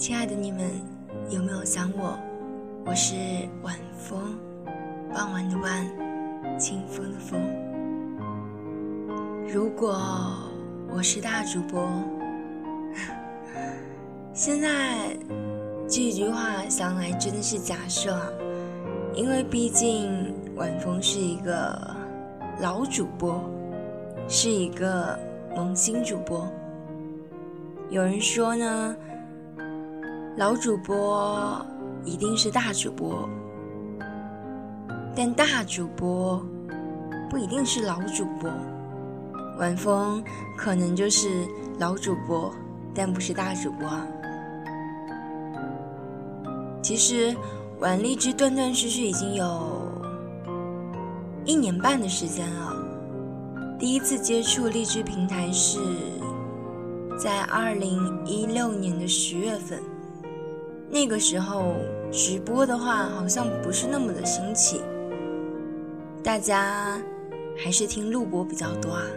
亲爱的你们，有没有想我？我是晚风，傍晚的晚，清风的风。如果我是大主播，现在这句话想来真的是假设啊，因为毕竟晚风是一个老主播，是一个萌新主播。有人说呢，老主播一定是大主播，但大主播不一定是老主播。晚风可能就是老主播，但不是大主播啊。其实玩荔枝断断续续已经有1年半的时间了。第一次接触荔枝平台是在2016年的10月份，那个时候直播的话好像不是那么的兴起，大家还是听录播比较多啊。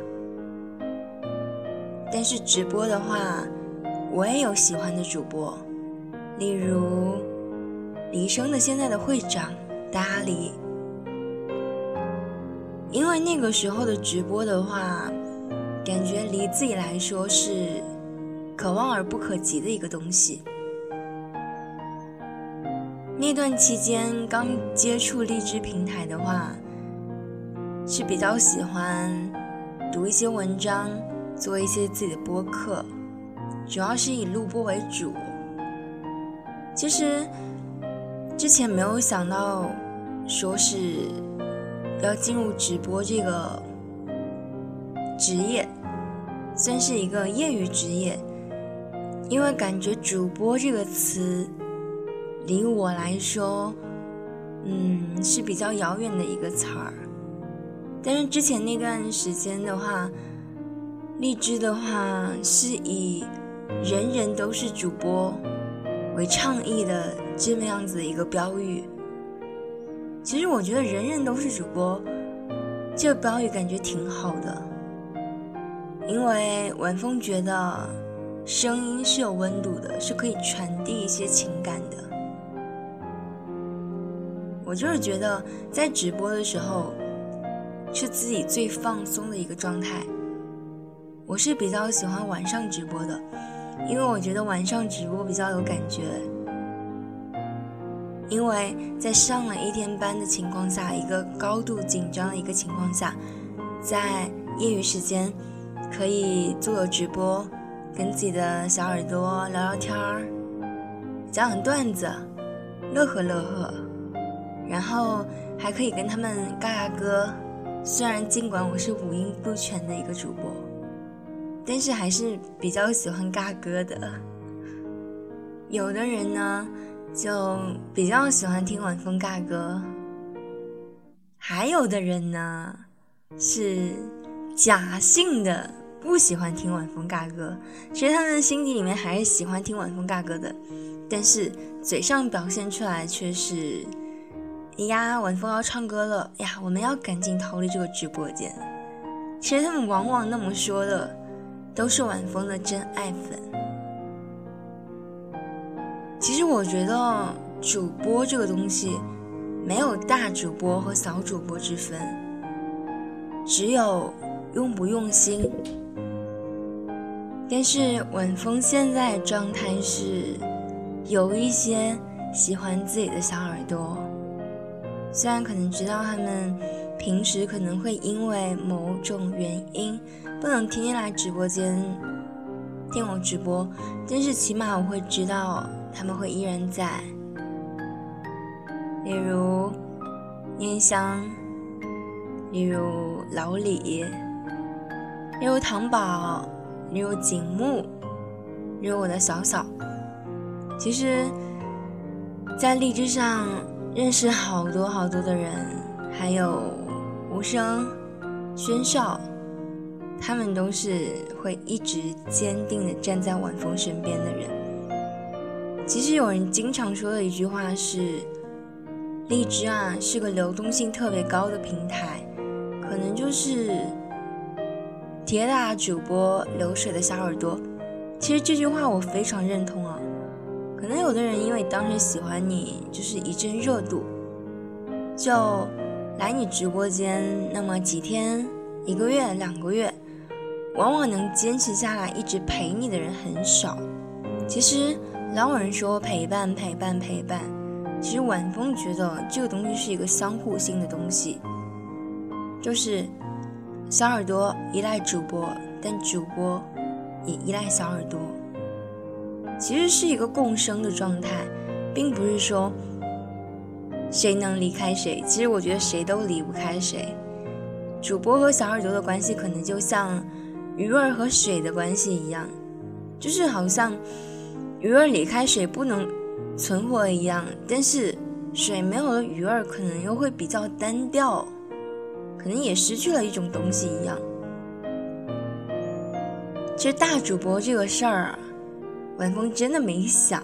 但是直播的话，我也有喜欢的主播，例如黎生的现在的会长大黎。因为那个时候的直播的话，感觉离自己来说是可望而不可及的一个东西。那段期间刚接触荔枝平台的话，是比较喜欢读一些文章，做一些自己的播客，主要是以录播为主。其实之前没有想到说是要进入直播这个职业，算是一个业余职业，因为感觉主播这个词离我来说是比较遥远的一个词儿。但是之前那段时间的话，荔枝的话是以人人都是主播为倡议的这么样子的一个标语。其实我觉得人人都是主播这个标语感觉挺好的，因为晚风觉得声音是有温度的，是可以传递一些情感的。我就是觉得在直播的时候是自己最放松的一个状态。我是比较喜欢晚上直播的，因为我觉得晚上直播比较有感觉。因为在上了1天班的情况下，一个高度紧张的一个情况下，在业余时间可以做个直播，跟自己的小耳朵聊聊天儿，讲讲段子，乐呵乐呵，然后还可以跟他们尬尬歌。虽然尽管我是五音不全的一个主播，但是还是比较喜欢尬歌的。有的人呢就比较喜欢听晚风尬歌，还有的人呢是假性的不喜欢听晚风尬歌，其实他们心底里面还是喜欢听晚风尬歌的，但是嘴上表现出来却是呀，晚风要唱歌了呀，我们要赶紧逃离这个直播间。其实他们往往那么说的都是晚风的真爱粉。其实我觉得主播这个东西没有大主播和小主播之分，只有用不用心。但是晚风现在的状态是有一些喜欢自己的小耳朵，虽然可能知道他们平时可能会因为某种原因不能天天来直播间听我直播，但是起码我会知道他们会依然在。例如念香，例如老李，例如糖宝，例如景木，例如我的小小。其实在荔枝上认识好多好多的人，还有无声、宣少，他们都是会一直坚定地站在晚风身边的人。其实有人经常说的一句话是，荔枝啊是个流动性特别高的平台，可能就是铁打主播流水的小耳朵。其实这句话我非常认同啊， 可能有的人因为当时喜欢你，就是一阵热度，就来你直播间，那么几天、1个月、2个月，往往能坚持下来一直陪你的人很少。其实老有人说陪伴，其实晚风觉得这个东西是一个相互性的东西，就是小耳朵依赖主播，但主播也依赖小耳朵，其实是一个共生的状态，并不是说谁能离开谁。其实我觉得谁都离不开谁。主播和小耳朵的关系可能就像鱼儿和水的关系一样，就是好像鱼儿离开水不能存活一样，但是水没有了鱼儿可能又会比较单调，可能也失去了一种东西一样。其实大主播这个事儿晚风真的没想，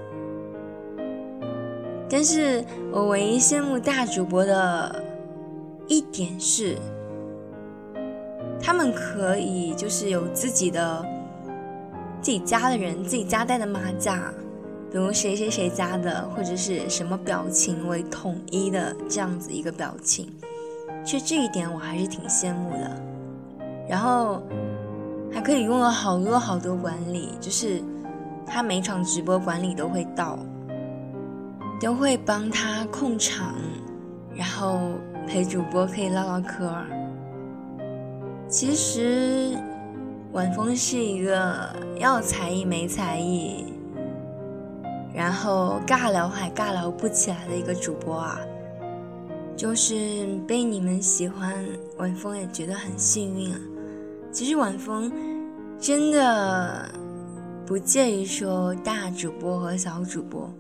但是我唯一羡慕大主播的一点是，他们可以就是有自己家的人，自己家带的马甲，比如谁谁谁家的，或者是什么表情为统一的这样子一个表情，其实这一点我还是挺羡慕的。然后还可以用了好多管理，就是他每场直播管理都会到，都会帮他控场，然后陪主播可以唠唠嗑。其实晚风是一个要才艺没才艺，然后尬聊还尬聊不起来的一个主播啊，就是被你们喜欢，晚风也觉得很幸运啊。其实晚风真的不介意说大主播和小主播，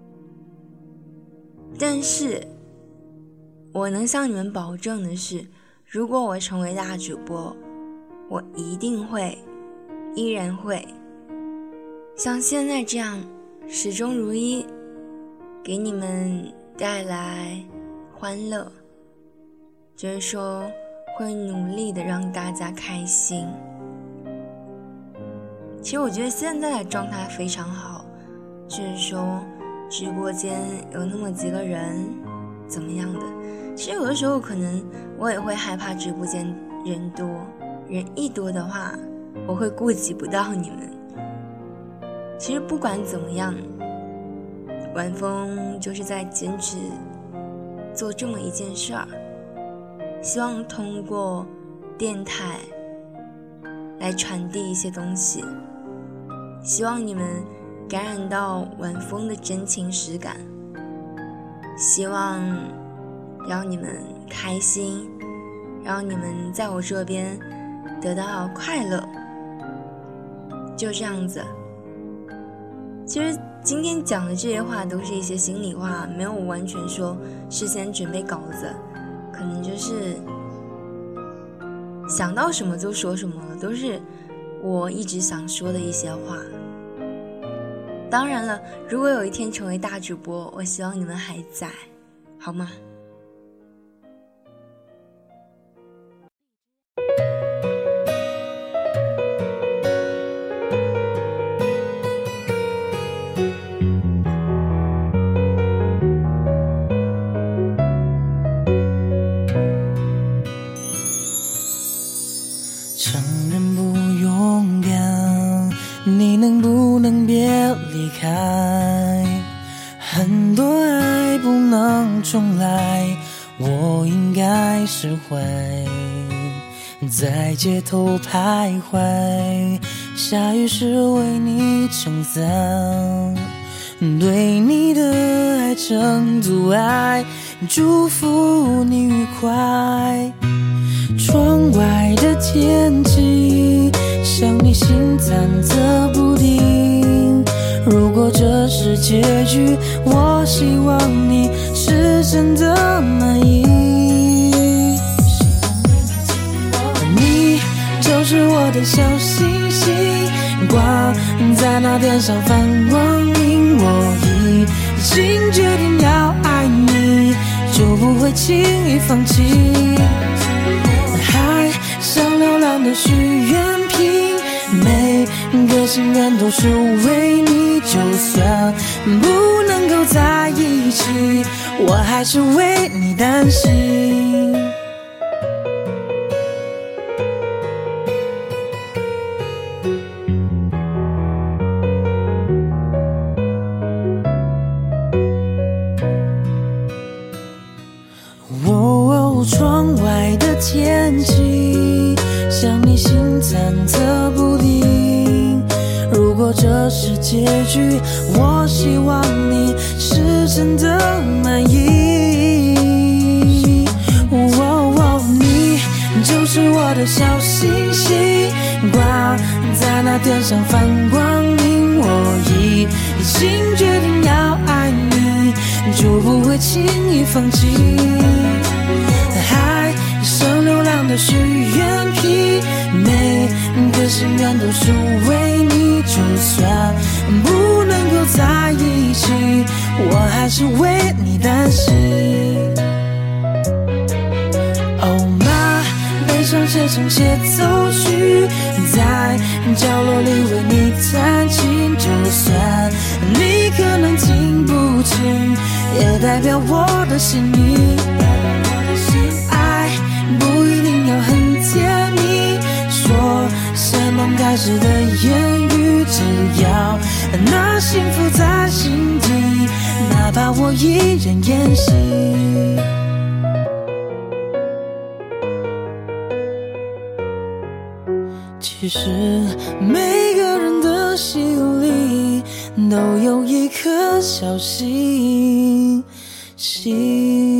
但是我能向你们保证的是，如果我成为大主播，我一定会依然会像现在这样始终如一，给你们带来欢乐，就是说会努力的让大家开心。其实我觉得现在的状态非常好，就是说直播间有那么几个人怎么样的。其实有的时候可能我也会害怕直播间人多，人一多的话我会顾及不到你们。其实不管怎么样，晚风就是在坚持做这么一件事儿，希望通过电台来传递一些东西，希望你们感染到晚风的真情实感，希望让你们开心，让你们在我这边得到快乐，就这样子。其实今天讲的这些话都是一些心里话，没有完全说事先准备稿子，可能就是想到什么就说什么了，都是我一直想说的一些话。当然了，如果有一天成为大主播，我希望你们还在，好吗？ 承认不勇敢，你能不能别离开？很多爱不能重来，我应该释怀。在街头徘徊，下雨时为你撑伞，对你的爱成阻碍，祝福你愉快。窗外的天气像你心忐忑不定，如果这是结局，我希望你是真的满意。你就是我的小星星，挂在那天上放光明，我已经决定要爱你，就不会轻易放弃。海上流浪的许愿瓶，每个心愿都是为你，就算不能够在一起，我还是为你担心。窗外的天气像你心忐忑不定，如果这是结局，我希望你是真的满意。你就是我的小星星，挂在那天上放光明。我已经决定要爱你，就不会轻易放弃。海上流浪的许愿瓶，每个心愿都是为你，就算不能够在一起，我还是为你担心。Oh my， 背上写成协奏曲，在角落里为你弹琴，就算你可能听不清，也代表我的心意。不一定要很甜蜜，说些梦开始的言语，只要那幸福在心底，哪怕我一人演戏。其实每个人的心里都有一颗小星星。